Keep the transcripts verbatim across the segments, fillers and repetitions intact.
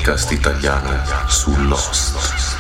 podcast italiano su Lost.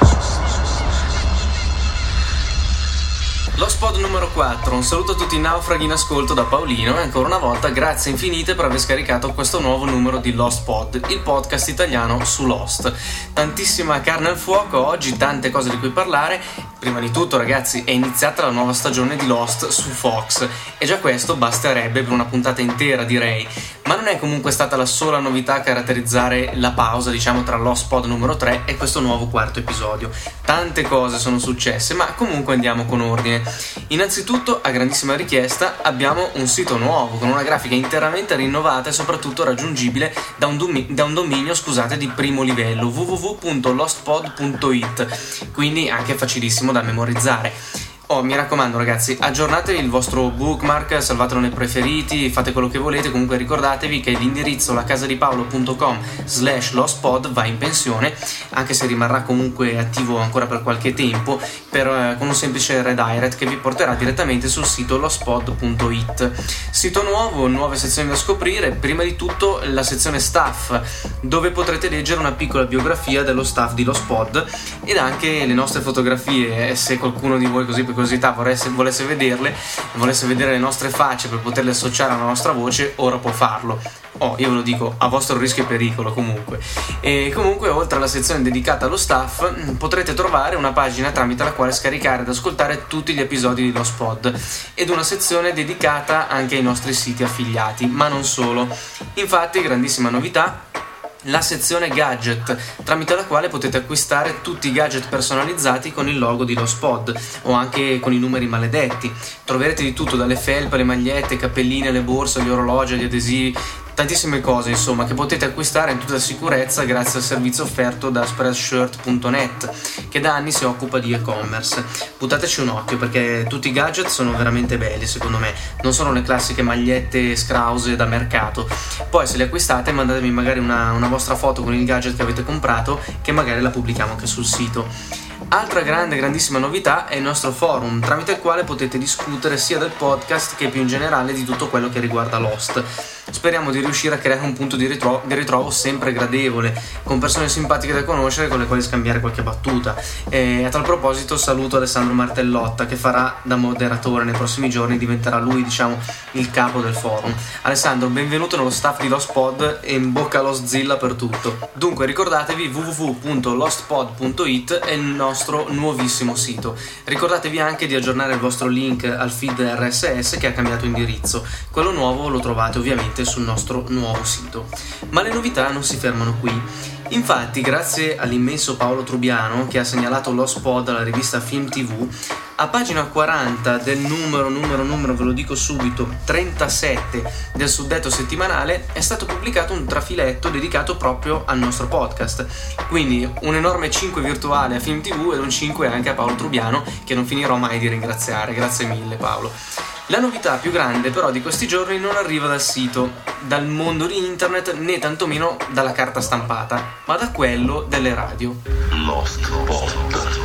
Lost Pod numero quattro, un saluto a tutti i naufraghi in ascolto da Paolino e ancora una volta grazie infinite per aver scaricato questo nuovo numero di Lost Pod, il podcast italiano su Lost. Tantissima carne al fuoco, oggi tante cose di cui parlare. Prima di tutto ragazzi è iniziata la nuova stagione di Lost su Fox e già questo basterebbe per una puntata intera direi, ma non è comunque stata la sola novità a caratterizzare la pausa diciamo tra Lost Pod numero tre e questo nuovo quarto episodio. Tante cose sono successe ma comunque andiamo con ordine. Innanzitutto, a grandissima richiesta, abbiamo un sito nuovo con una grafica interamente rinnovata e soprattutto raggiungibile da un, domi- da un dominio scusate, di primo livello w w w punto lostpod punto i t, quindi anche facilissimo da memorizzare. Oh, mi raccomando ragazzi, aggiornate il vostro bookmark, salvatelo nei preferiti, fate quello che volete, comunque ricordatevi che l'indirizzo lacasadipaulo punto com slash lostpod va in pensione, anche se rimarrà comunque attivo ancora per qualche tempo, per, eh, con un semplice redirect che vi porterà direttamente sul sito lostpod punto i t. Sito nuovo, nuove sezioni da scoprire, prima di tutto la sezione staff, dove potrete leggere una piccola biografia dello staff di Lostpod ed anche le nostre fotografie, se qualcuno di voi così per curiosità volesse, volesse vederle, volesse vedere le nostre facce per poterle associare alla nostra voce, ora può farlo. Oh, io ve lo dico, a vostro rischio e pericolo comunque. E comunque, oltre alla sezione dedicata allo staff, potrete trovare una pagina tramite la quale scaricare ed ascoltare tutti gli episodi di Lost Pod ed una sezione dedicata anche ai nostri siti affiliati, ma non solo. Infatti, grandissima novità, la sezione gadget, tramite la quale potete acquistare tutti i gadget personalizzati con il logo di Lost Pod o anche con i numeri maledetti. Troverete di tutto, dalle felpe, le magliette, i cappellini, le borse, gli orologi, gli adesivi, tantissime cose insomma che potete acquistare in tutta sicurezza grazie al servizio offerto da spreadshirt punto net, che da anni si occupa di e-commerce. Buttateci un occhio perché tutti i gadget sono veramente belli secondo me, non sono le classiche magliette scrause da mercato. Poi se li acquistate mandatemi magari una, una vostra foto con il gadget che avete comprato, che magari la pubblichiamo anche sul sito. Altra grande, grandissima novità è il nostro forum, tramite il quale potete discutere sia del podcast che più in generale di tutto quello che riguarda Lost. Speriamo di riuscire a creare un punto di ritrovo, di ritrovo sempre gradevole, con persone simpatiche da conoscere con le quali scambiare qualche battuta. E a tal proposito saluto Alessandro Martellotta, che farà da moderatore nei prossimi giorni, diventerà lui diciamo il capo del forum. Alessandro, benvenuto nello staff di Lost Pod e in bocca allo Zilla per tutto. Dunque ricordatevi w w w punto lostpod punto i t è il nostro nuovissimo sito. Ricordatevi anche di aggiornare il vostro link al feed R S S che ha cambiato indirizzo. Quello nuovo lo trovate ovviamente sul nostro nuovo sito. Ma le novità non si fermano qui. Infatti, grazie all'immenso Paolo Trubiano che ha segnalato Lost Pod alla rivista Film tivù, a pagina quaranta del numero, numero, numero, ve lo dico subito, trentasette del suddetto settimanale è stato pubblicato un trafiletto dedicato proprio al nostro podcast. Quindi un enorme cinque virtuale a Film tivù ed un cinque anche a Paolo Trubiano, che non finirò mai di ringraziare. Grazie mille Paolo. La novità più grande però di questi giorni non arriva dal sito, dal mondo di internet, né tantomeno dalla carta stampata, ma da quello delle radio. Lost Pod,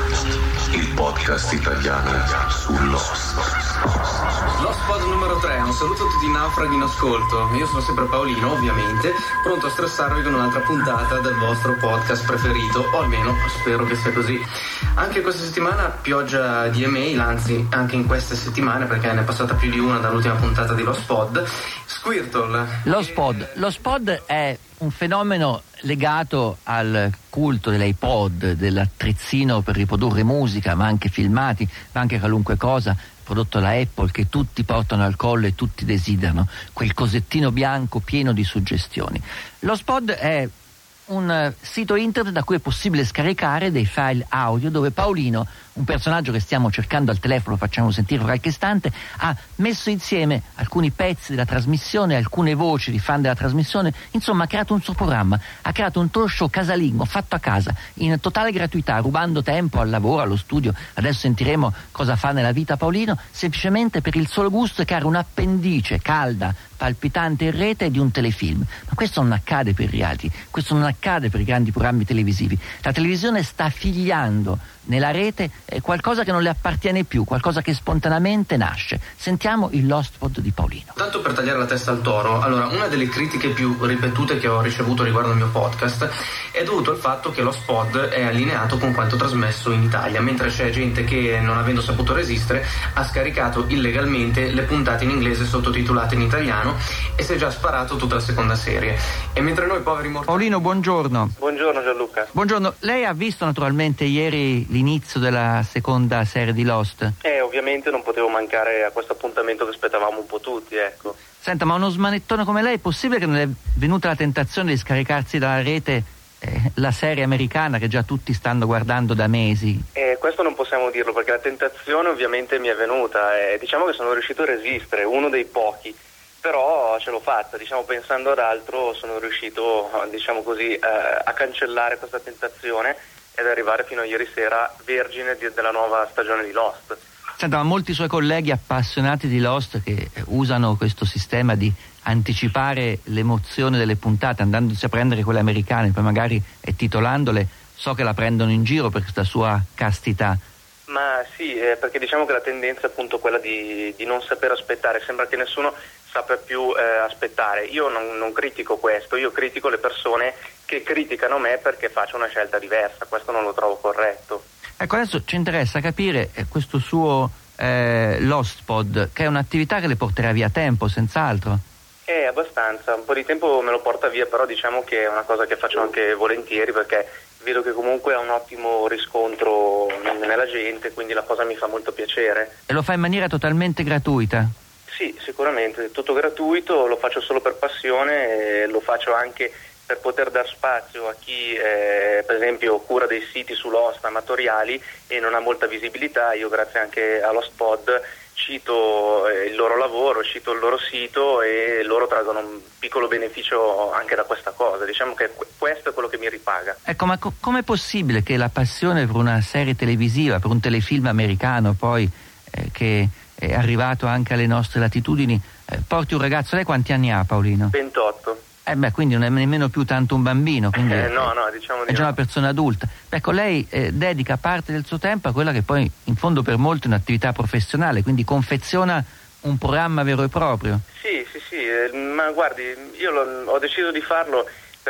il podcast italiano su Lost. Lost Pod numero tre, un saluto a tutti i naufraghi in ascolto. Io sono sempre Paolino, ovviamente, pronto a stressarvi con un'altra puntata del vostro podcast preferito, o almeno spero che sia così. Anche questa settimana pioggia di email, anzi anche in queste settimane, perché ne è passata più di una dall'ultima puntata di Lost Pod. Squirtle. Lost Pod. Lost Pod è un fenomeno legato al culto dell'iPod, dell'attrezzino per riprodurre musica, ma anche filmati, ma anche qualunque cosa prodotto da Apple, che tutti portano al collo e tutti desiderano, quel cosettino bianco pieno di suggestioni. Lost Pod è un sito internet da cui è possibile scaricare dei file audio dove Paolino, un personaggio che stiamo cercando al telefono, facciamo sentire qualche istante, ha messo insieme alcuni pezzi della trasmissione, alcune voci di fan della trasmissione, insomma ha creato un suo programma, ha creato un talk show casalingo fatto a casa in totale gratuità, rubando tempo al lavoro, allo studio. Adesso sentiremo cosa fa nella vita Paolino, semplicemente per il solo gusto di creare un'appendice calda, palpitante in rete di un telefilm. Ma questo non accade per i reality, questo non accade per i grandi programmi televisivi. La televisione sta figliando nella rete eh, qualcosa che non le appartiene più, qualcosa che spontaneamente nasce. Sentiamo il Lost Pod di Paolino. Tanto per tagliare la testa al toro, allora, una delle critiche più ripetute che ho ricevuto riguardo al mio podcast è dovuto al fatto che Lost Pod è allineato con quanto trasmesso in Italia, mentre c'è gente che, non avendo saputo resistere, ha scaricato illegalmente le puntate in inglese sottotitolate in italiano e si è già sparato tutta la seconda serie. E mentre noi poveri mortali... Paolino, buongiorno. Buongiorno Gianluca. Buongiorno, lei ha visto naturalmente ieri l'inizio della seconda serie di Lost? Eh, ovviamente non potevo mancare a questo appuntamento che aspettavamo un po' tutti, ecco. Senta, ma uno smanettone come lei, è possibile che non è venuta la tentazione di scaricarsi dalla rete eh, la serie americana che già tutti stanno guardando da mesi? Eh, questo non possiamo dirlo perché la tentazione ovviamente mi è venuta e diciamo che sono riuscito a resistere, uno dei pochi, però ce l'ho fatta, diciamo pensando ad altro sono riuscito, diciamo così, eh, a cancellare questa tentazione ed arrivare fino a ieri sera vergine di, della nuova stagione di Lost. Senta, ma molti suoi colleghi appassionati di Lost che usano questo sistema di anticipare l'emozione delle puntate andandosi a prendere quelle americane, poi magari e titolandole, so che la prendono in giro per questa sua castità. Ma sì, eh, perché diciamo che la tendenza è appunto quella di, di non saper aspettare, sembra che nessuno sappia più eh, aspettare. Io non, non critico questo, io critico le persone che criticano me perché faccio una scelta diversa, questo non lo trovo corretto. Ecco, adesso ci interessa capire eh, questo suo eh, Lost Pod, che è un'attività che le porterà via tempo, senz'altro. Eh, abbastanza, un po' di tempo me lo porta via, però diciamo che è una cosa che faccio anche volentieri perché vedo che comunque ha un ottimo riscontro nella gente, quindi la cosa mi fa molto piacere. E lo fa in maniera totalmente gratuita? Sì, sicuramente, tutto gratuito, lo faccio solo per passione e lo faccio anche per poter dar spazio a chi eh, per esempio cura dei siti su Lost amatoriali e non ha molta visibilità. Io grazie anche allo Spod cito eh, il loro lavoro, cito il loro sito e loro traggono un piccolo beneficio anche da questa cosa. Diciamo che questo è quello che mi ripaga. Ecco, ma co- com'è possibile che la passione per una serie televisiva, per un telefilm americano poi eh, che è arrivato anche alle nostre latitudini, eh, porti un ragazzo, lei quanti anni ha, Paolino? ventotto. Eh beh, quindi non è nemmeno più tanto un bambino, quindi eh, no, no, diciamo è già no. una persona adulta. Ecco, lei eh, dedica parte del suo tempo a quella che poi in fondo per molti è un'attività professionale, quindi confeziona un programma vero e proprio. Sì, sì, sì, eh, ma guardi, io lo, ho deciso di farlo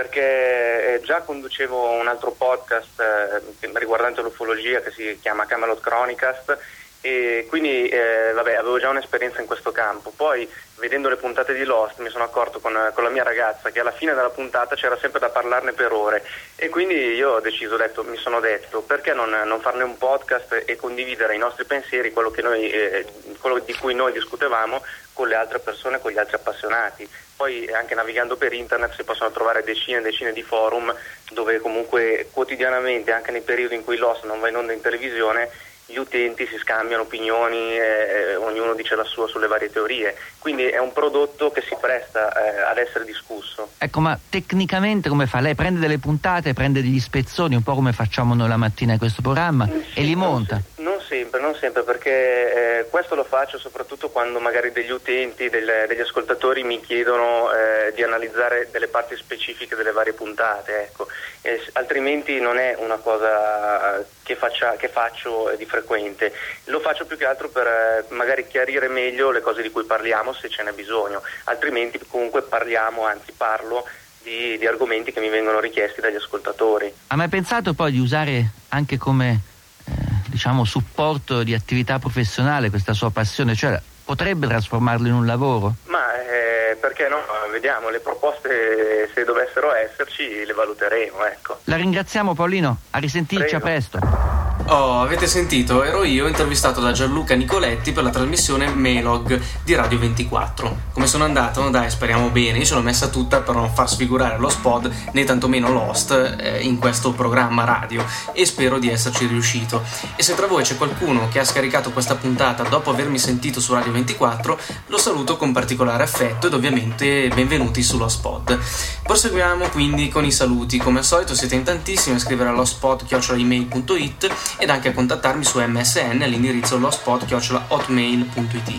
perché eh, già conducevo un altro podcast eh, riguardante l'ufologia che si chiama Camelot Chronicast e quindi eh, vabbè, avevo già un'esperienza in questo campo. Poi vedendo le puntate di Lost mi sono accorto con, con la mia ragazza che alla fine della puntata c'era sempre da parlarne per ore e quindi io ho deciso, detto, mi sono detto perché non, non farne un podcast e condividere i nostri pensieri, quello, che noi, eh, quello di cui noi discutevamo con le altre persone, con gli altri appassionati. Poi anche navigando per internet si possono trovare decine e decine di forum dove comunque quotidianamente, anche nei periodi in cui Lost non va in onda in televisione, gli utenti si scambiano opinioni, eh, ognuno dice la sua sulle varie teorie, quindi è un prodotto che si presta eh, ad essere discusso. Ecco, ma tecnicamente come fa? Lei prende delle puntate, prende degli spezzoni, un po' come facciamo noi la mattina in questo programma, sì, e li monta? Non, non sempre, non sempre, perché eh, questo lo faccio soprattutto quando magari degli utenti, del, degli ascoltatori mi chiedono eh, di analizzare delle parti specifiche delle varie puntate, ecco. Eh, altrimenti non è una cosa che, faccia, che faccio di frequente, lo faccio più che altro per eh, magari chiarire meglio le cose di cui parliamo se ce n'è bisogno, altrimenti comunque parliamo, anzi parlo di, di argomenti che mi vengono richiesti dagli ascoltatori. Ha mai pensato poi di usare anche come eh, diciamo supporto di attività professionale questa sua passione, cioè potrebbe trasformarlo in un lavoro? Ma eh, perché no? Vediamo, le proposte se dovessero esserci le valuteremo, ecco. La ringraziamo Paolino, a risentirci. Prego. A presto. Oh, avete sentito? Ero io intervistato da Gianluca Nicoletti per la trasmissione Melog di Radio ventiquattro. Come sono andato? Dai, speriamo bene. Io ce l'ho messa tutta per non far sfigurare lo Spod né tantomeno Lost eh, in questo programma radio e spero di esserci riuscito. E se tra voi c'è qualcuno che ha scaricato questa puntata dopo avermi sentito su Radio ventiquattro, lo saluto con particolare affetto ed ovviamente benvenuti sullo Spod. Proseguiamo quindi con i saluti. Come al solito siete in tantissimi a scrivere allo spod chiocciola email punto it ed anche a contattarmi su M S N all'indirizzo lospod chiocciola hotmail punto it.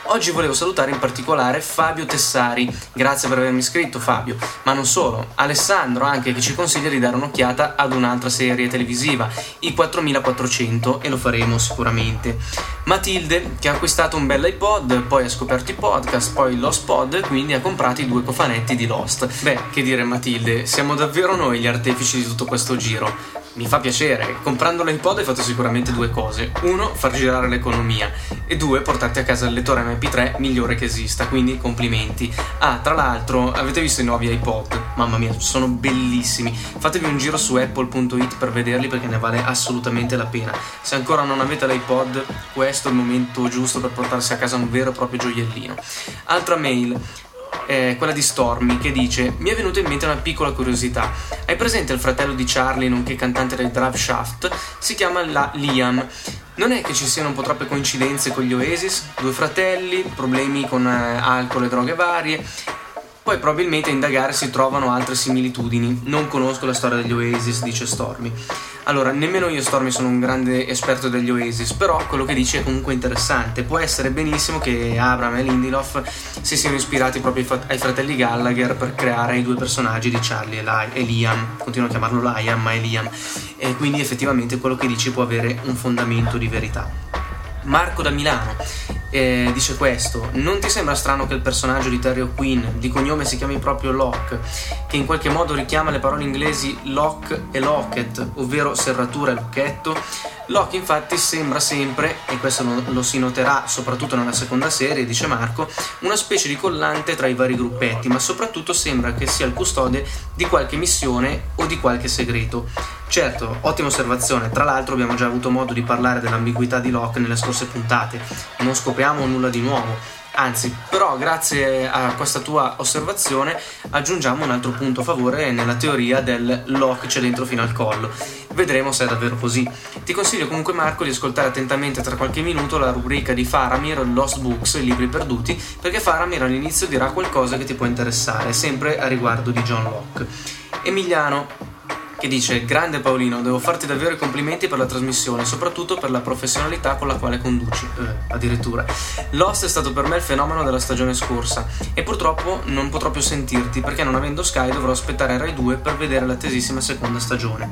Oggi volevo salutare in particolare Fabio Tessari, grazie per avermi iscritto Fabio, ma non solo, Alessandro anche, che ci consiglia di dare un'occhiata ad un'altra serie televisiva, i quattromilaquattrocento, e lo faremo sicuramente. Matilde, che ha acquistato un bel iPod, poi ha scoperto i podcast, poi Lost Pod, quindi ha comprato i due cofanetti di Lost. Beh, che dire Matilde, siamo davvero noi gli artefici di tutto questo giro. Mi fa piacere, comprando l'iPod hai fatto sicuramente due cose: uno, far girare l'economia, e due, portarti a casa il lettore emme pi tre migliore che esista, quindi complimenti. Ah, tra l'altro, avete visto i nuovi iPod? Mamma mia, sono bellissimi. Fatevi un giro su apple punto it per vederli, perché ne vale assolutamente la pena. Se ancora non avete l'iPod, questo è il momento giusto per portarsi a casa un vero e proprio gioiellino. Altra mail, Eh, quella di Stormy, che dice: mi è venuta in mente una piccola curiosità. Hai presente il fratello di Charlie, nonché cantante dei Drive Shaft? Si chiama la Liam. Non è che ci siano un po' troppe coincidenze con gli Oasis? Due fratelli, problemi con eh, alcol e droghe varie. Poi probabilmente a indagare si trovano altre similitudini. Non conosco la storia degli Oasis, dice Stormy. Allora, nemmeno io, Stormy, sono un grande esperto degli Oasis, però quello che dice è comunque interessante. Può essere benissimo che Abraham e Lindelof si siano ispirati proprio ai fratelli Gallagher per creare i due personaggi di Charlie e, Li- e Liam. Continuo a chiamarlo Liam, ma è Liam. E quindi effettivamente quello che dice può avere un fondamento di verità. Marco da Milano eh, dice questo: non ti sembra strano che il personaggio di Terry O'Quinn, di cognome si chiami proprio Locke, che in qualche modo richiama le parole inglesi lock e locket, ovvero serratura e lucchetto? Locke infatti sembra sempre, e questo lo, lo si noterà soprattutto nella seconda serie, dice Marco, una specie di collante tra i vari gruppetti, ma soprattutto sembra che sia il custode di qualche missione o di qualche segreto. Certo, ottima osservazione. Tra l'altro abbiamo già avuto modo di parlare dell'ambiguità di Locke nelle scorse puntate, non scopriamo nulla di nuovo. Anzi, però grazie a questa tua osservazione aggiungiamo un altro punto a favore nella teoria del Locke c'è dentro fino al collo. Vedremo se è davvero così. Ti consiglio comunque, Marco, di ascoltare attentamente tra qualche minuto la rubrica di Faramir, Lost Books, i libri perduti, perché Faramir all'inizio dirà qualcosa che ti può interessare, sempre a riguardo di John Locke. Emiliano, che dice: grande Paolino, devo farti davvero i complimenti per la trasmissione, soprattutto per la professionalità con la quale conduci. Eh, addirittura. Lost è stato per me il fenomeno della stagione scorsa e purtroppo non potrò più sentirti, perché non avendo Sky dovrò aspettare Rai due per vedere l'attesissima seconda stagione.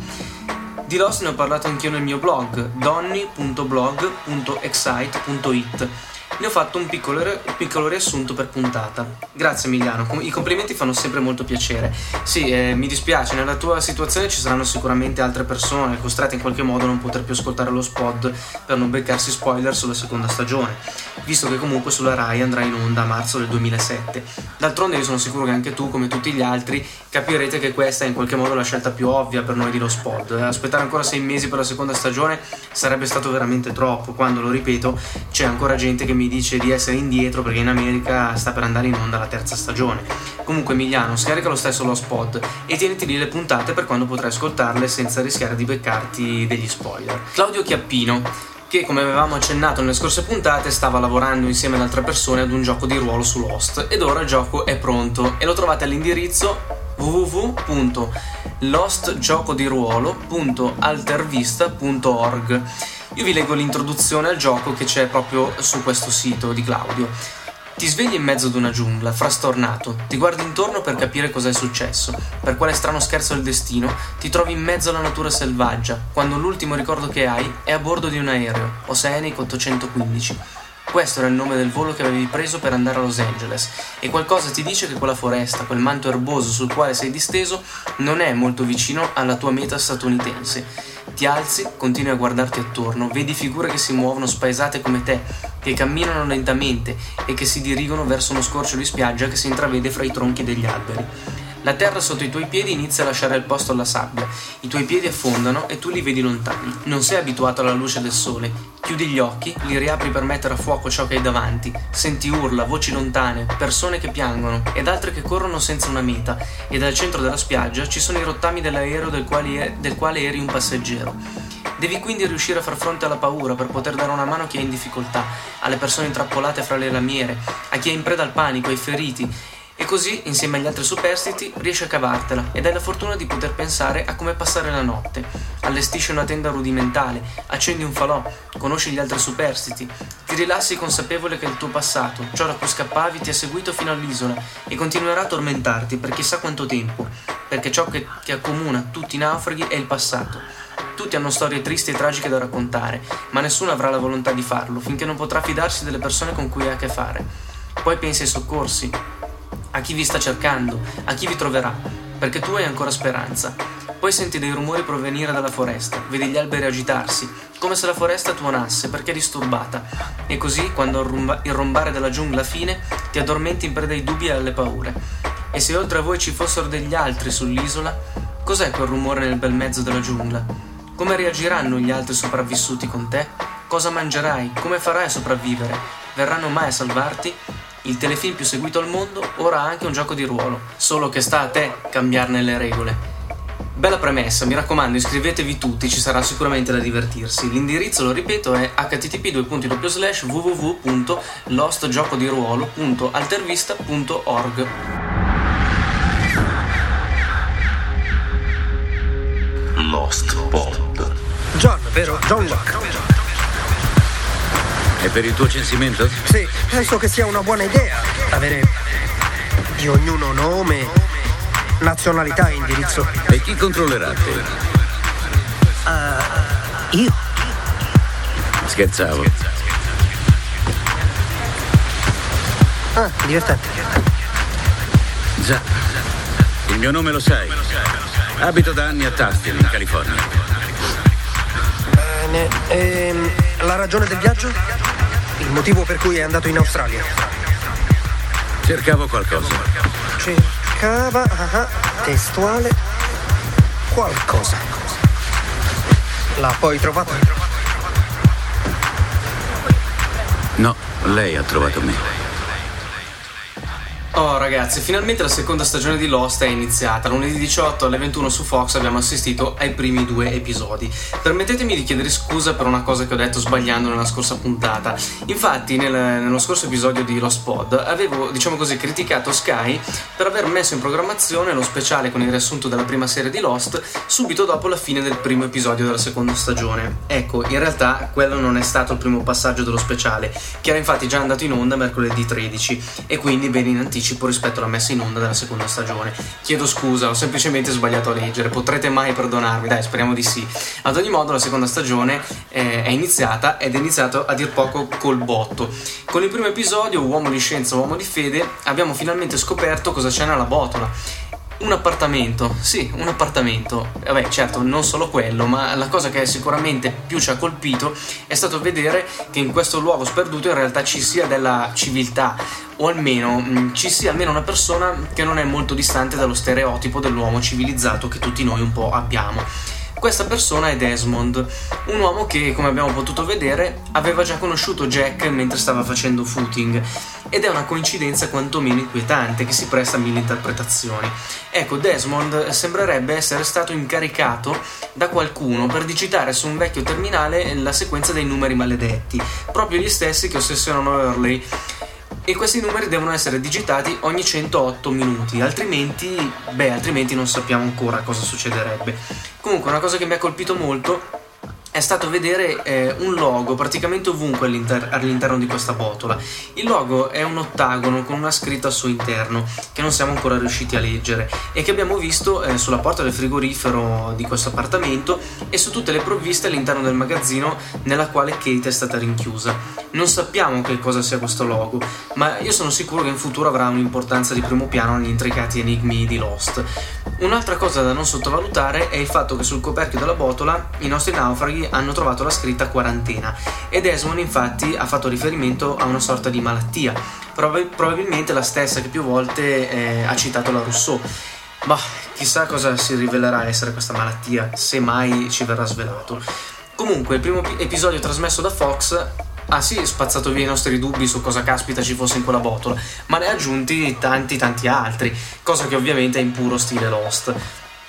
Di Lost ne ho parlato anch'io nel mio blog, donny punto blog punto excite punto it. Ne ho fatto un piccolo, un piccolo riassunto per puntata. Grazie Emiliano, i complimenti fanno sempre molto piacere. Sì, eh, mi dispiace, nella tua situazione ci saranno sicuramente altre persone costrette in qualche modo a non poter più ascoltare lo spot per non beccarsi spoiler sulla seconda stagione, visto che comunque sulla Rai andrà in onda a marzo del duemilasette. D'altronde io sono sicuro che anche tu, come tutti gli altri, capirete che questa è in qualche modo la scelta più ovvia per noi di Lo Spot. Aspettare ancora sei mesi per la seconda stagione sarebbe stato veramente troppo, quando, lo ripeto, c'è ancora gente che mi dice di essere indietro perché in America sta per andare in onda la terza stagione. Comunque Emiliano, scarica lo stesso Lo Spot e tieniti lì le puntate per quando potrai ascoltarle senza rischiare di beccarti degli spoiler. Claudio Chiappino, che come avevamo accennato nelle scorse puntate stava lavorando insieme ad altre persone ad un gioco di ruolo su Lost, ed ora il gioco è pronto e lo trovate all'indirizzo w w w punto lost gioco di ruolo punto altervista punto org. Io vi leggo l'introduzione al gioco che c'è proprio su questo sito di Claudio. Ti svegli in mezzo ad una giungla, frastornato, ti guardi intorno per capire cosa è successo. Per quale strano scherzo del destino ti trovi in mezzo alla natura selvaggia, quando l'ultimo ricordo che hai è a bordo di un aereo, Oceanic ottocentoquindici. Questo era il nome del volo che avevi preso per andare a Los Angeles, e qualcosa ti dice che quella foresta, quel manto erboso sul quale sei disteso, non è molto vicino alla tua meta statunitense. Ti alzi, continui a guardarti attorno, vedi figure che si muovono spaesate come te, che camminano lentamente e che si dirigono verso uno scorcio di spiaggia che si intravede fra i tronchi degli alberi. La terra sotto i tuoi piedi inizia a lasciare il posto alla sabbia, i tuoi piedi affondano e tu li vedi lontani. Non sei abituato alla luce del sole, chiudi gli occhi, li riapri per mettere a fuoco ciò che hai davanti, senti urla, voci lontane, persone che piangono ed altre che corrono senza una meta, e dal centro della spiaggia ci sono i rottami dell'aereo del quale, è, del quale eri un passeggero. Devi quindi riuscire a far fronte alla paura per poter dare una mano a chi è in difficoltà, alle persone intrappolate fra le lamiere, a chi è in preda al panico, ai feriti. E così, insieme agli altri superstiti, riesci a cavartela ed hai la fortuna di poter pensare a come passare la notte. Allestisci una tenda rudimentale, accendi un falò, conosci gli altri superstiti, ti rilassi consapevole che il tuo passato, ciò da cui scappavi, ti ha seguito fino all'isola e continuerà a tormentarti per chissà quanto tempo, perché ciò che, che accomuna tutti i naufraghi è il passato. Tutti hanno storie tristi e tragiche da raccontare, ma nessuno avrà la volontà di farlo finché non potrà fidarsi delle persone con cui ha a che fare. Poi pensi ai soccorsi, a chi vi sta cercando, a chi vi troverà, perché tu hai ancora speranza. Poi senti dei rumori provenire dalla foresta, vedi gli alberi agitarsi, come se la foresta tuonasse perché è disturbata. E così, quando il rombare della giungla fine, ti addormenti in preda ai dubbi e alle paure. E se oltre a voi ci fossero degli altri sull'isola, cos'è quel rumore nel bel mezzo della giungla? Come reagiranno gli altri sopravvissuti con te? Cosa mangerai? Come farai a sopravvivere? Verranno mai a salvarti? Il telefilm più seguito al mondo ora ha anche un gioco di ruolo, solo che sta a te cambiarne le regole. Bella premessa, mi raccomando, iscrivetevi tutti, ci sarà sicuramente da divertirsi. L'indirizzo, lo ripeto, è h t t p due punti doppio slash w w w punto lost gioco di ruolo punto altervista punto org. Lost Pod. John, vero? John Locke. E per il tuo censimento? Sì, penso che sia una buona idea avere di ognuno nome, nazionalità e indirizzo. E chi controllerà te? Uh, io? Scherzavo. Ah, divertente. Già. Il mio nome lo sai. Abito da anni a Tustin, in California. Bene. E la ragione del viaggio? Il motivo per cui è andato in Australia? Cercavo qualcosa. Cercava, ah, testuale, qualcosa. L'ha poi trovata? No, lei ha trovato me. Oh ragazzi, finalmente la seconda stagione di Lost è iniziata. Lunedì diciotto alle ventuno su Fox abbiamo assistito ai primi due episodi. Permettetemi di chiedere scusa per una cosa che ho detto sbagliando nella scorsa puntata. Infatti nel, nello scorso episodio di Lost Pod avevo, diciamo così, criticato Sky per aver messo in programmazione lo speciale con il riassunto della prima serie di Lost subito dopo la fine del primo episodio della seconda stagione. Ecco, in realtà quello non è stato il primo passaggio dello speciale, che era infatti già andato in onda mercoledì tredici e quindi ben in anticipo rispetto alla messa in onda della seconda stagione. Chiedo scusa, ho semplicemente sbagliato a leggere, potrete mai perdonarmi? Dai, speriamo di sì. Ad ogni modo la seconda stagione eh, è iniziata ed è iniziato a dir poco col botto. Con il primo episodio, uomo di scienza, uomo di fede, abbiamo finalmente scoperto cosa c'è nella botola. Un appartamento, sì, un appartamento. Vabbè, certo, non solo quello, ma la cosa che sicuramente più ci ha colpito è stato vedere che in questo luogo sperduto in realtà ci sia della civiltà, o almeno mh, ci sia almeno una persona che non è molto distante dallo stereotipo dell'uomo civilizzato che tutti noi un po' abbiamo. Questa persona è Desmond, un uomo che, come abbiamo potuto vedere, aveva già conosciuto Jack mentre stava facendo footing, ed è una coincidenza quantomeno inquietante che si presta a mille interpretazioni. Ecco, Desmond sembrerebbe essere stato incaricato da qualcuno per digitare su un vecchio terminale la sequenza dei numeri maledetti, proprio gli stessi che ossessionano Hurley. E questi numeri devono essere digitati ogni centootto minuti, altrimenti, beh, altrimenti non sappiamo ancora cosa succederebbe. Comunque, una cosa che mi ha colpito molto è stato vedere eh, un logo praticamente ovunque all'inter- all'interno di questa botola. Il logo è un ottagono con una scritta al suo interno che non siamo ancora riusciti a leggere e che abbiamo visto eh, sulla porta del frigorifero di questo appartamento e su tutte le provviste all'interno del magazzino nella quale Kate è stata rinchiusa. Non sappiamo che cosa sia questo logo, ma io sono sicuro che in futuro avrà un'importanza di primo piano negli intricati enigmi di Lost. Un'altra cosa da non sottovalutare è il fatto che sul coperchio della botola i nostri naufraghi hanno trovato la scritta quarantena e Desmond infatti ha fatto riferimento a una sorta di malattia, Prob- probabilmente la stessa che più volte eh, ha citato la Rousseau. Ma chissà cosa si rivelerà essere questa malattia, se mai ci verrà svelato. Comunque il primo ep- episodio trasmesso da Fox ha sì spazzato via i nostri dubbi su cosa caspita ci fosse in quella botola, ma ne ha aggiunti tanti tanti altri, cosa che ovviamente è in puro stile Lost.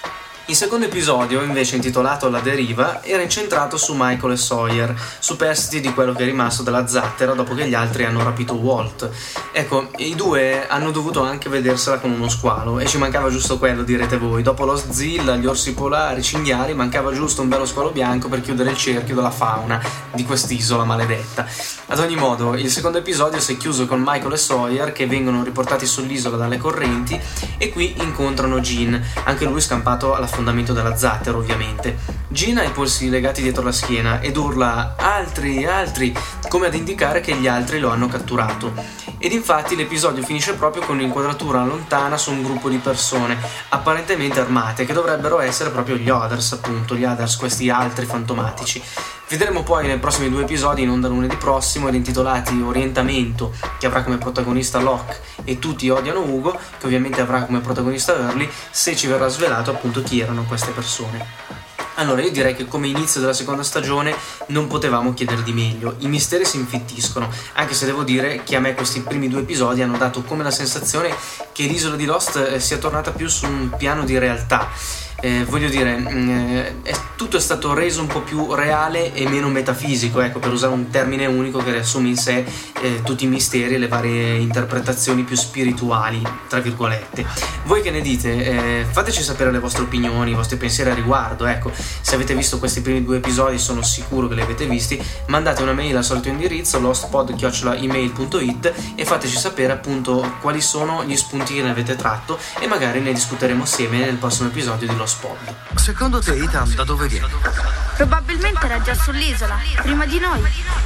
Il secondo episodio, invece intitolato La deriva, era incentrato su Michael e Sawyer, superstiti di quello che è rimasto della zattera dopo che gli altri hanno rapito Walt. Ecco, i due hanno dovuto anche vedersela con uno squalo, e ci mancava giusto quello, direte voi. Dopo lo Zilla, gli orsi polari, i cinghiali, mancava giusto un bello squalo bianco per chiudere il cerchio della fauna di quest'isola maledetta. Ad ogni modo, il secondo episodio si è chiuso con Michael e Sawyer che vengono riportati sull'isola dalle correnti e qui incontrano Gene, anche lui scampato alla fondamento della zattera ovviamente. Gene ha i polsi legati dietro la schiena ed urla altri, altri, come ad indicare che gli altri lo hanno catturato. Ed infatti l'episodio finisce proprio con un'inquadratura lontana su un gruppo di persone apparentemente armate che dovrebbero essere proprio gli Others, appunto, gli Others, questi altri fantomatici. Vedremo poi nei prossimi due episodi in onda lunedì prossimo ed intitolati Orientamento, che avrà come protagonista Locke e Tutti odiano Ugo, che ovviamente avrà come protagonista Early, se ci verrà svelato appunto chi erano queste persone. Allora, io direi che come inizio della seconda stagione non potevamo chiedere di meglio. I misteri si infittiscono, anche se devo dire che a me questi primi due episodi hanno dato come la sensazione che l'isola di Lost sia tornata più su un piano di realtà. Eh, voglio dire, eh, è, tutto è stato reso un po' più reale e meno metafisico, ecco, per usare un termine unico che riassume in sé eh, tutti i misteri e le varie interpretazioni più spirituali, tra virgolette. Voi che ne dite? Eh, fateci sapere le vostre opinioni, i vostri pensieri a riguardo, ecco. Se avete visto questi primi due episodi, sono sicuro che li avete visti, mandate una mail al solito indirizzo lostpod chiocciola email punto it e fateci sapere appunto quali sono gli spunti che ne avete tratto e magari ne discuteremo assieme nel prossimo episodio di Lost Pod. Secondo te Ethan da dove viene? Probabilmente era già sull'isola, prima di noi.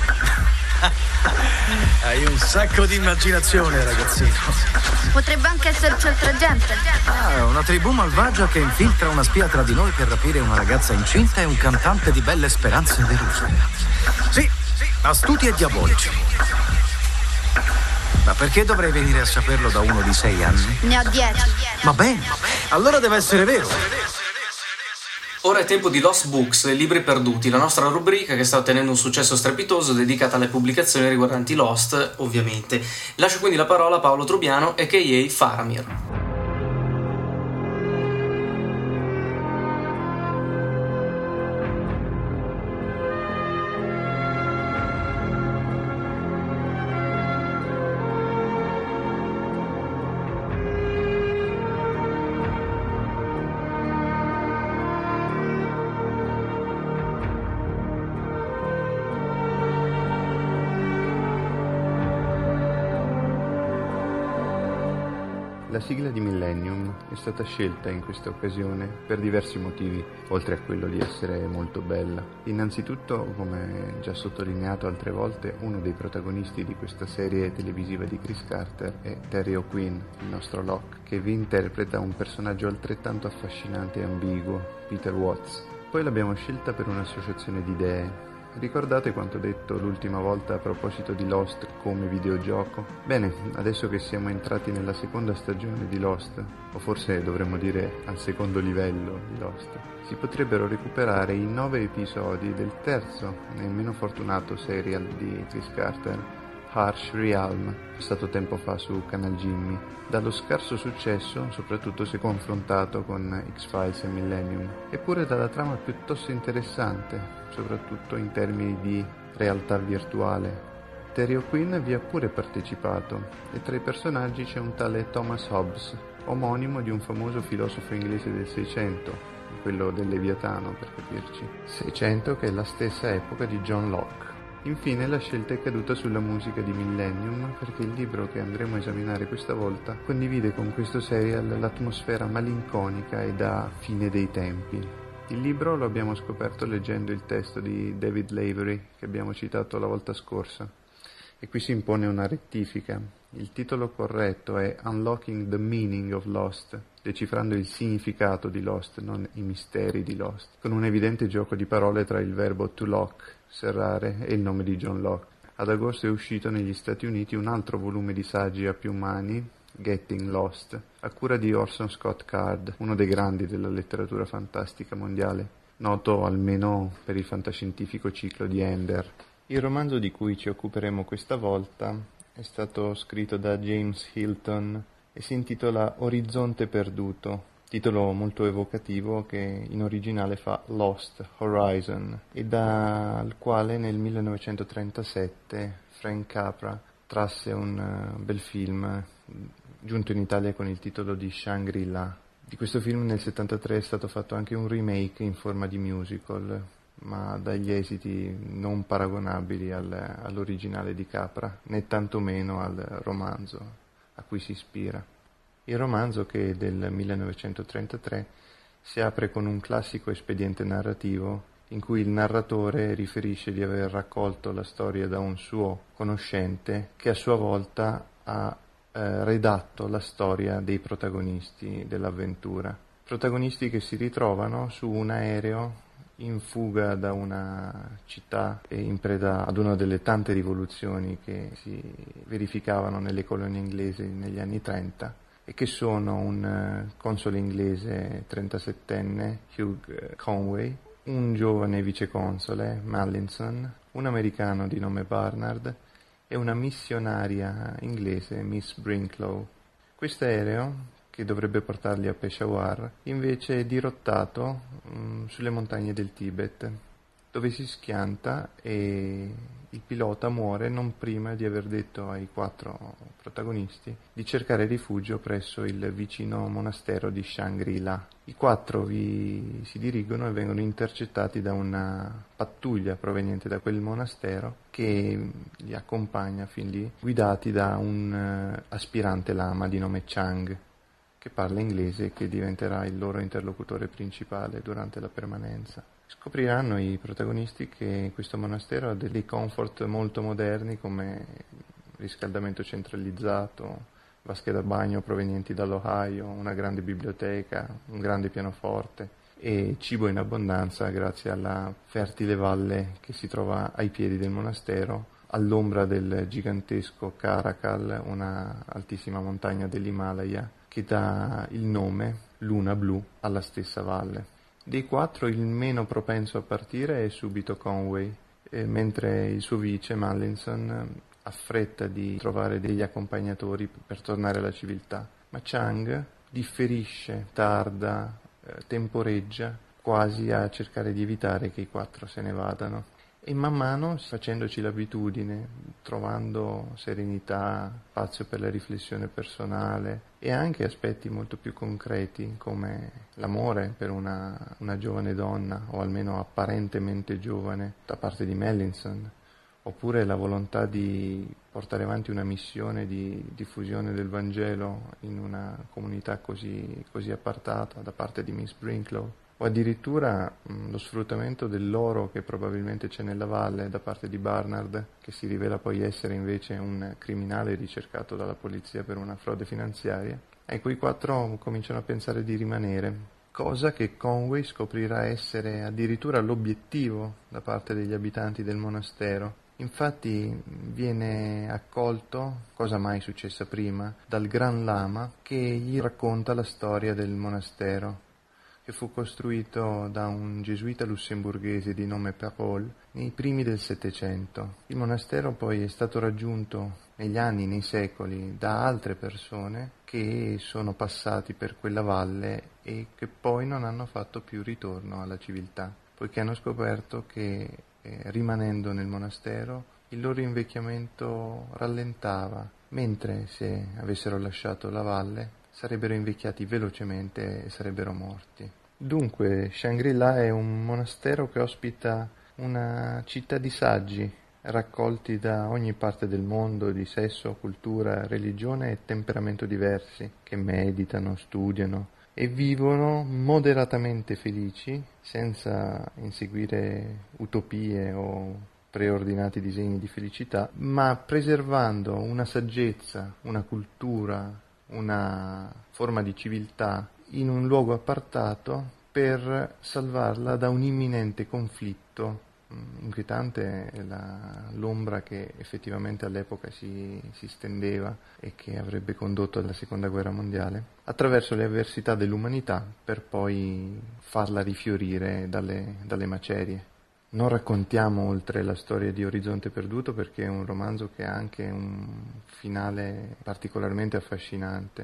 Hai un sacco di immaginazione, ragazzino. Potrebbe anche esserci altra gente. Ah, una tribù malvagia che infiltra una spia tra di noi per rapire una ragazza incinta e un cantante di belle speranze deluse. Sì, astuti e diabolici. Ma perché dovrei venire a saperlo da uno di sei anni? Ne ho dieci. Va bene, allora deve essere vero. Ora è tempo di Lost Books, libri perduti, la nostra rubrica che sta ottenendo un successo strepitoso dedicata alle pubblicazioni riguardanti Lost, ovviamente. Lascio quindi la parola a Paolo Trubiano a k a. Faramir. La sigla di Millennium è stata scelta in questa occasione per diversi motivi, oltre a quello di essere molto bella. Innanzitutto, come già sottolineato altre volte, uno dei protagonisti di questa serie televisiva di Chris Carter è Terry O'Quinn, il nostro Locke, che vi interpreta un personaggio altrettanto affascinante e ambiguo, Peter Watts. Poi l'abbiamo scelta per un'associazione di idee. Ricordate quanto detto l'ultima volta a proposito di Lost come videogioco? Bene, adesso che siamo entrati nella seconda stagione di Lost, o forse dovremmo dire al secondo livello di Lost, si potrebbero recuperare i nove episodi del terzo e meno fortunato serial di Chris Carter, Harsh Realm, passato tempo fa su Canal Jimmy, dallo scarso successo, soprattutto se confrontato con X-Files e Millennium, eppure dalla trama piuttosto interessante, soprattutto in termini di realtà virtuale. Terry O'Quinn vi ha pure partecipato e tra i personaggi c'è un tale Thomas Hobbes, omonimo di un famoso filosofo inglese del Seicento, quello del Leviatano per capirci, Seicento che è la stessa epoca di John Locke. Infine la scelta è caduta sulla musica di Millennium perché il libro che andremo a esaminare questa volta condivide con questo serial l'atmosfera malinconica e da fine dei tempi. Il libro lo abbiamo scoperto leggendo il testo di David Lavery che abbiamo citato la volta scorsa e qui si impone una rettifica. Il titolo corretto è Unlocking the Meaning of Lost, decifrando il significato di Lost, non i misteri di Lost, con un evidente gioco di parole tra il verbo to lock, serrare, e il nome di John Locke. Ad agosto è uscito negli Stati Uniti un altro volume di saggi a più mani, Getting Lost, a cura di Orson Scott Card, uno dei grandi della letteratura fantastica mondiale, noto almeno per il fantascientifico ciclo di Ender. Il romanzo di cui ci occuperemo questa volta è stato scritto da James Hilton e si intitola Orizzonte perduto, titolo molto evocativo che in originale fa Lost Horizon e dal quale nel millenovecentotrentasette Frank Capra trasse un uh, bel film giunto in Italia con il titolo di Shangri-La. Di questo film nel settantatré è stato fatto anche un remake in forma di musical, ma dagli esiti non paragonabili al, all'originale di Capra, né tantomeno al romanzo a cui si ispira. Il romanzo, che è del millenovecentotrentatré, si apre con un classico espediente narrativo in cui il narratore riferisce di aver raccolto la storia da un suo conoscente che a sua volta ha eh, redatto la storia dei protagonisti dell'avventura. Protagonisti che si ritrovano su un aereo in fuga da una città e in preda ad una delle tante rivoluzioni che si verificavano nelle colonie inglesi negli anni trenta e che sono un console inglese trentasettenne, Hugh Conway, un giovane viceconsole, Mallinson, un americano di nome Barnard e una missionaria inglese, Miss Brinklow. Quest'aereo, che dovrebbe portarli a Peshawar, invece è dirottato mh, sulle montagne del Tibet, dove si schianta e il pilota muore non prima di aver detto ai quattro protagonisti di cercare rifugio presso il vicino monastero di Shangri-La. I quattro vi si dirigono e vengono intercettati da una pattuglia proveniente da quel monastero che li accompagna fin lì, guidati da un uh, aspirante lama di nome Chang, che parla inglese e che diventerà il loro interlocutore principale durante la permanenza. Scopriranno i protagonisti che questo monastero ha dei comfort molto moderni come riscaldamento centralizzato, vasche da bagno provenienti dall'Ohio, una grande biblioteca, un grande pianoforte e cibo in abbondanza grazie alla fertile valle che si trova ai piedi del monastero, all'ombra del gigantesco Karakal, una altissima montagna dell'Himalaya che dà il nome, Luna Blu, alla stessa valle. Dei quattro il meno propenso a partire è subito Conway, eh, mentre il suo vice, Mallinson, ha fretta di trovare degli accompagnatori per tornare alla civiltà. Ma Chang differisce, tarda, eh, temporeggia, quasi a cercare di evitare che i quattro se ne vadano. E man mano, facendoci l'abitudine, trovando serenità, spazio per la riflessione personale e anche aspetti molto più concreti come l'amore per una, una giovane donna, o almeno apparentemente giovane, da parte di Mallinson, oppure la volontà di portare avanti una missione di diffusione del Vangelo in una comunità così, così appartata da parte di Miss Brinklow, o addirittura mh, lo sfruttamento dell'oro che probabilmente c'è nella valle da parte di Barnard, che si rivela poi essere invece un criminale ricercato dalla polizia per una frode finanziaria. Ecco, i quattro cominciano a pensare di rimanere, cosa che Conway scoprirà essere addirittura l'obiettivo da parte degli abitanti del monastero. Infatti viene accolto, cosa mai successa prima, dal Gran Lama che gli racconta la storia del monastero, che fu costruito da un gesuita lussemburghese di nome Parole nei primi del Settecento. Il monastero poi è stato raggiunto negli anni, nei secoli, da altre persone che sono passati per quella valle e che poi non hanno fatto più ritorno alla civiltà, poiché hanno scoperto che eh, rimanendo nel monastero il loro invecchiamento rallentava, mentre se avessero lasciato la valle sarebbero invecchiati velocemente e sarebbero morti. Dunque, Shangri-La è un monastero che ospita una città di saggi, raccolti da ogni parte del mondo, di sesso, cultura, religione e temperamento diversi, che meditano, studiano e vivono moderatamente felici, senza inseguire utopie o preordinati disegni di felicità, ma preservando una saggezza, una cultura, una forma di civiltà in un luogo appartato per salvarla da un imminente conflitto. Inquietante è la, l'ombra che effettivamente all'epoca si, si stendeva e che avrebbe condotto alla seconda guerra mondiale, attraverso le avversità dell'umanità per poi farla rifiorire dalle, dalle macerie. Non raccontiamo oltre la storia di Orizzonte Perduto perché è un romanzo che ha anche un finale particolarmente affascinante. In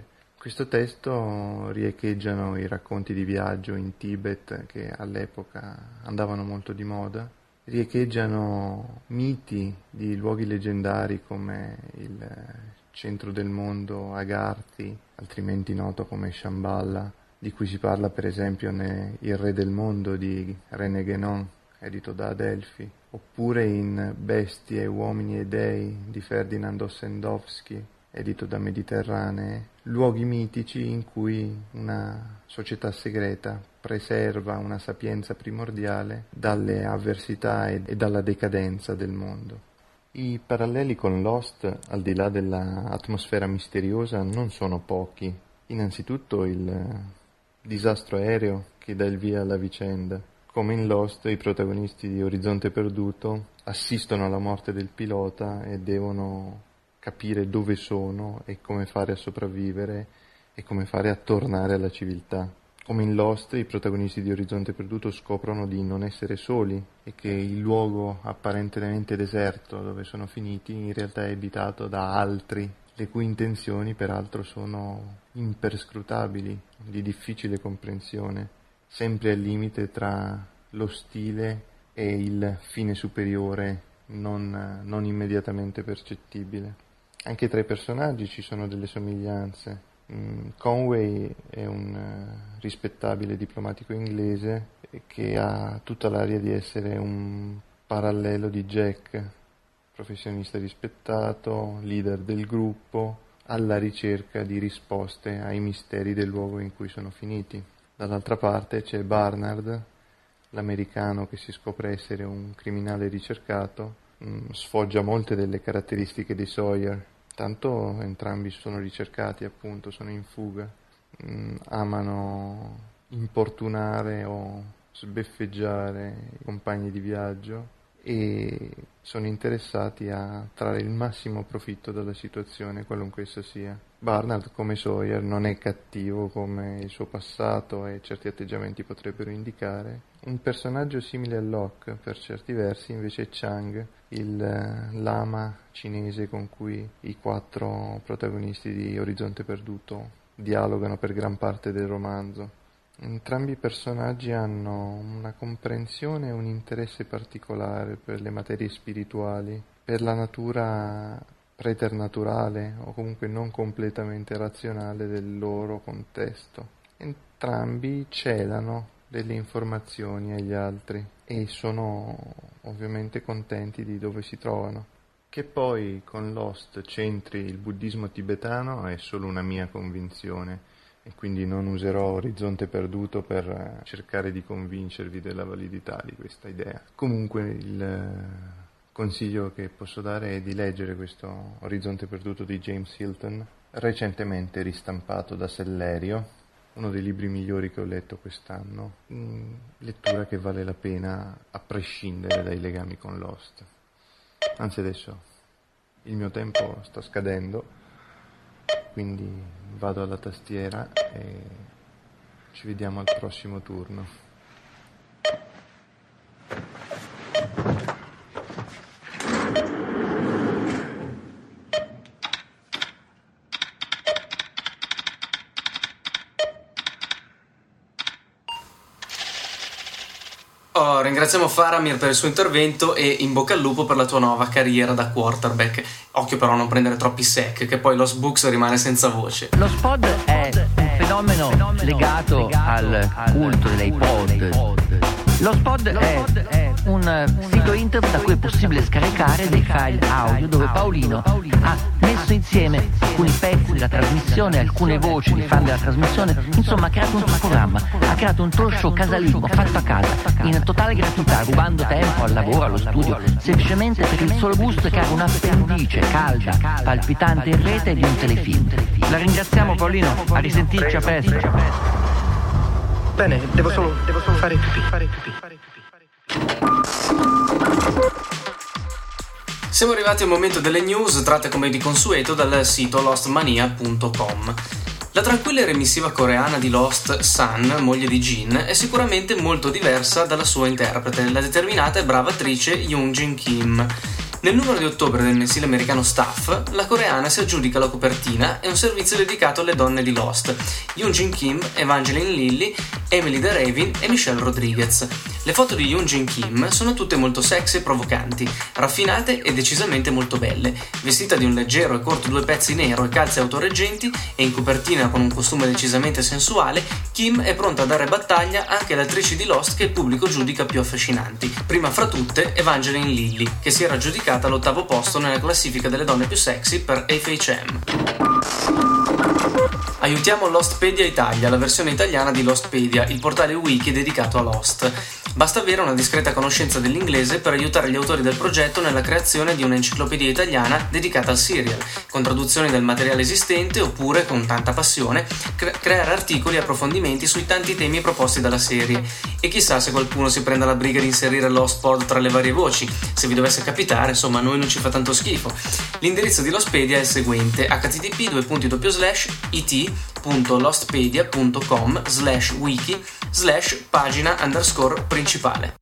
questo testo riecheggiano i racconti di viaggio in Tibet che all'epoca andavano molto di moda, riecheggiano miti di luoghi leggendari come il centro del mondo Agartha, altrimenti noto come Shambhala, di cui si parla per esempio ne Il Re del Mondo di René Guénon, edito da Adelphi, oppure in Bestie, Uomini e Dei di Ferdinand Ossendowski, edito da Mediterranee, luoghi mitici in cui una società segreta preserva una sapienza primordiale dalle avversità e dalla decadenza del mondo. I paralleli con Lost, al di là dell'atmosfera misteriosa, non sono pochi. Innanzitutto il disastro aereo che dà il via alla vicenda. Come in Lost, i protagonisti di Orizzonte Perduto assistono alla morte del pilota e devono capire dove sono e come fare a sopravvivere e come fare a tornare alla civiltà. Come in Lost, i protagonisti di Orizzonte Perduto scoprono di non essere soli e che il luogo apparentemente deserto dove sono finiti in realtà è abitato da altri, le cui intenzioni peraltro sono imperscrutabili, di difficile comprensione, sempre al limite tra lo stile e il fine superiore non, non immediatamente percettibile. Anche tra i personaggi ci sono delle somiglianze. Mm, Conway è un uh, rispettabile diplomatico inglese che ha tutta l'aria di essere un parallelo di Jack, professionista rispettato, leader del gruppo, alla ricerca di risposte ai misteri del luogo in cui sono finiti. Dall'altra parte c'è Barnard, l'americano che si scopre essere un criminale ricercato, mm, sfoggia molte delle caratteristiche di Sawyer. Tanto entrambi sono ricercati, appunto, sono in fuga, mm, amano importunare o sbeffeggiare i compagni di viaggio e sono interessati a trarre il massimo profitto dalla situazione, qualunque essa sia. Barnard, come Sawyer, non è cattivo come il suo passato e certi atteggiamenti potrebbero indicare. Un personaggio simile a Locke, per certi versi, invece è Chang, il lama cinese con cui i quattro protagonisti di Orizzonte Perduto dialogano per gran parte del romanzo. Entrambi i personaggi hanno una comprensione e un interesse particolare per le materie spirituali, per la natura preternaturale o comunque non completamente razionale del loro contesto. Entrambi celano delle informazioni agli altri e sono ovviamente contenti di dove si trovano. Che poi con Lost c'entri il buddismo tibetano è solo una mia convinzione e quindi non userò Orizzonte Perduto per cercare di convincervi della validità di questa idea. Comunque il consiglio che posso dare è di leggere questo Orizzonte Perduto di James Hilton, recentemente ristampato da Sellerio, uno dei libri migliori che ho letto quest'anno, lettura che vale la pena a prescindere dai legami con Lost. Anzi, adesso il mio tempo sta scadendo, quindi vado alla tastiera e ci vediamo al prossimo turno. Oh, ringraziamo Faramir per il suo intervento e in bocca al lupo per la tua nuova carriera da quarterback. Occhio però a non prendere troppi sack, che poi Lost Books rimane senza voce. Lo Spod è un fenomeno legato al culto dell'iPod. Lo Spod è un sito internet da cui è possibile scaricare dei file audio dove Paolino ha messo insieme alcuni pezzi della trasmissione, alcune voci di fan della trasmissione, insomma ha creato un suo programma, ha creato un talk show casalingo fatto a casa, in totale gratuità, rubando tempo al lavoro, allo studio, semplicemente per il solo gusto che ha un'appendice calda, palpitante in rete di un telefilm. La ringraziamo Paolino, a risentirci, a presto. Bene, devo solo, devo solo fare pipì, fare pipì, fare pipì, fare pipì. Siamo arrivati al momento delle news, tratte come di consueto dal sito lost mania punto com. La tranquilla e remissiva coreana di Lost, Sun, moglie di Jin, è sicuramente molto diversa dalla sua interprete, la determinata e brava attrice Yoon Jin Kim. Nel numero di ottobre del mensile americano Staff, la coreana si aggiudica la copertina e un servizio dedicato alle donne di Lost: Yoonjin Kim, Evangeline Lilly, Emily de Ravin e Michelle Rodriguez. Le foto di Yoonjin Kim sono tutte molto sexy e provocanti, raffinate e decisamente molto belle. Vestita di un leggero e corto due pezzi nero e calze autoreggenti e in copertina con un costume decisamente sensuale, Kim è pronta a dare battaglia anche alle attrici di Lost che il pubblico giudica più affascinanti. Prima fra tutte Evangeline Lilly, che si era aggiudicata all'ottavo posto nella classifica delle donne più sexy per F H M. Aiutiamo Lostpedia Italia, la versione italiana di Lostpedia, il portale wiki dedicato a Lost. Basta avere una discreta conoscenza dell'inglese per aiutare gli autori del progetto nella creazione di un'enciclopedia italiana dedicata al serial, con traduzioni del materiale esistente oppure, con tanta passione, cre- creare articoli e approfondimenti sui tanti temi proposti dalla serie. E chissà se qualcuno si prenda la briga di inserire Lostpod tra le varie voci. Se vi dovesse capitare, insomma, a noi non ci fa tanto schifo. L'indirizzo di Lostpedia è il seguente: h t t p due punti doppio slash it punto lostpedia punto com slash wiki slash pagina underscore principale.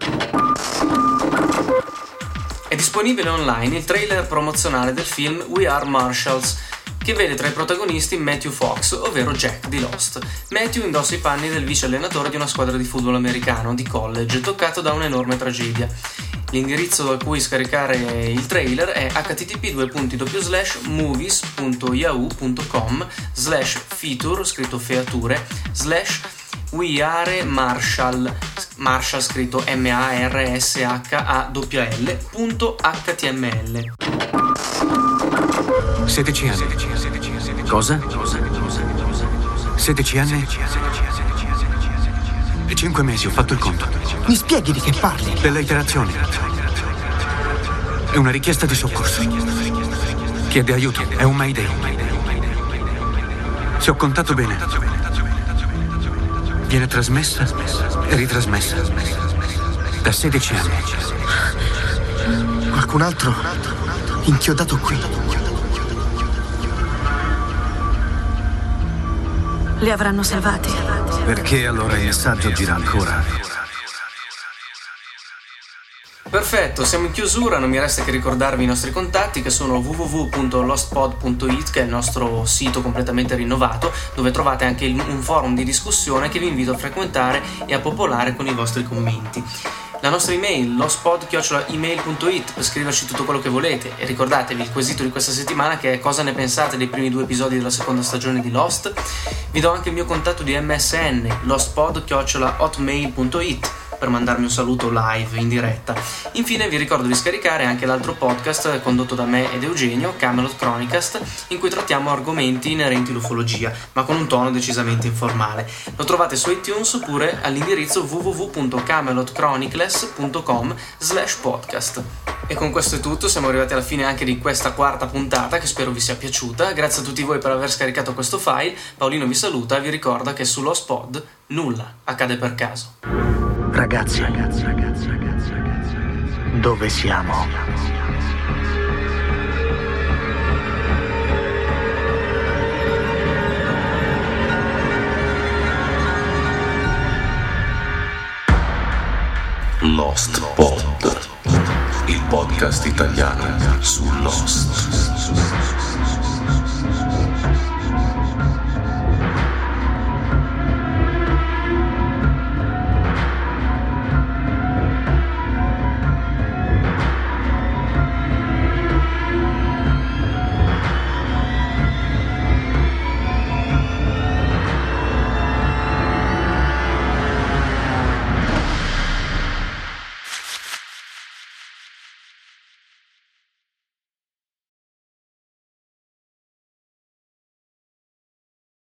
È disponibile online il trailer promozionale del film We Are Marshals, che vede tra i protagonisti Matthew Fox, ovvero Jack di Lost. Matthew indossa i panni del vice allenatore di una squadra di football americano di college, toccato da un'enorme tragedia. L'indirizzo a cui scaricare il trailer è h t t p due punti doppio slash movies punto yahoo punto com slash feature, scritto feature, slash We Are Marshall, Marshall scritto M A R S H A L L, punto H T M L. sedici anni. Cosa? sedici anni e cinque mesi, ho fatto il conto. Mi spieghi di che parli? Delle iterazioni. È una richiesta di soccorso. Chiede aiuto, è un mayday. Se ho contato bene, viene trasmessa e ritrasmessa da sedici anni. Qualcun altro inchiodato qui. Li avranno salvati. Perché allora il messaggio gira ancora? Perfetto, siamo in chiusura, non mi resta che ricordarvi i nostri contatti, che sono w w w punto lostpod punto it, che è il nostro sito completamente rinnovato, dove trovate anche un forum di discussione che vi invito a frequentare e a popolare con i vostri commenti. La nostra email, lostpod chiocciola email punto it, per scriverci tutto quello che volete. E ricordatevi il quesito di questa settimana, che è: cosa ne pensate dei primi due episodi della seconda stagione di Lost? Vi do anche il mio contatto di M S N, lostpod chiocciola hotmail punto it, per mandarmi un saluto live in diretta. Infine vi ricordo di scaricare anche l'altro podcast condotto da me ed Eugenio, Camelot Chronicast, in cui trattiamo argomenti inerenti all'ufologia, ma con un tono decisamente informale. Lo trovate su iTunes oppure all'indirizzo w w w punto camelot chronicles punto com slash podcast. E con questo è tutto, siamo arrivati alla fine anche di questa quarta puntata, che spero vi sia piaciuta. Grazie a tutti voi per aver scaricato questo file. Paolino vi saluta e vi ricorda che su Lostpod nulla accade per caso. Ragazzi, ragazzi, ragazzi, ragazzi, ragazzi, dove siamo? Lost Pod, il podcast italiano su Lost.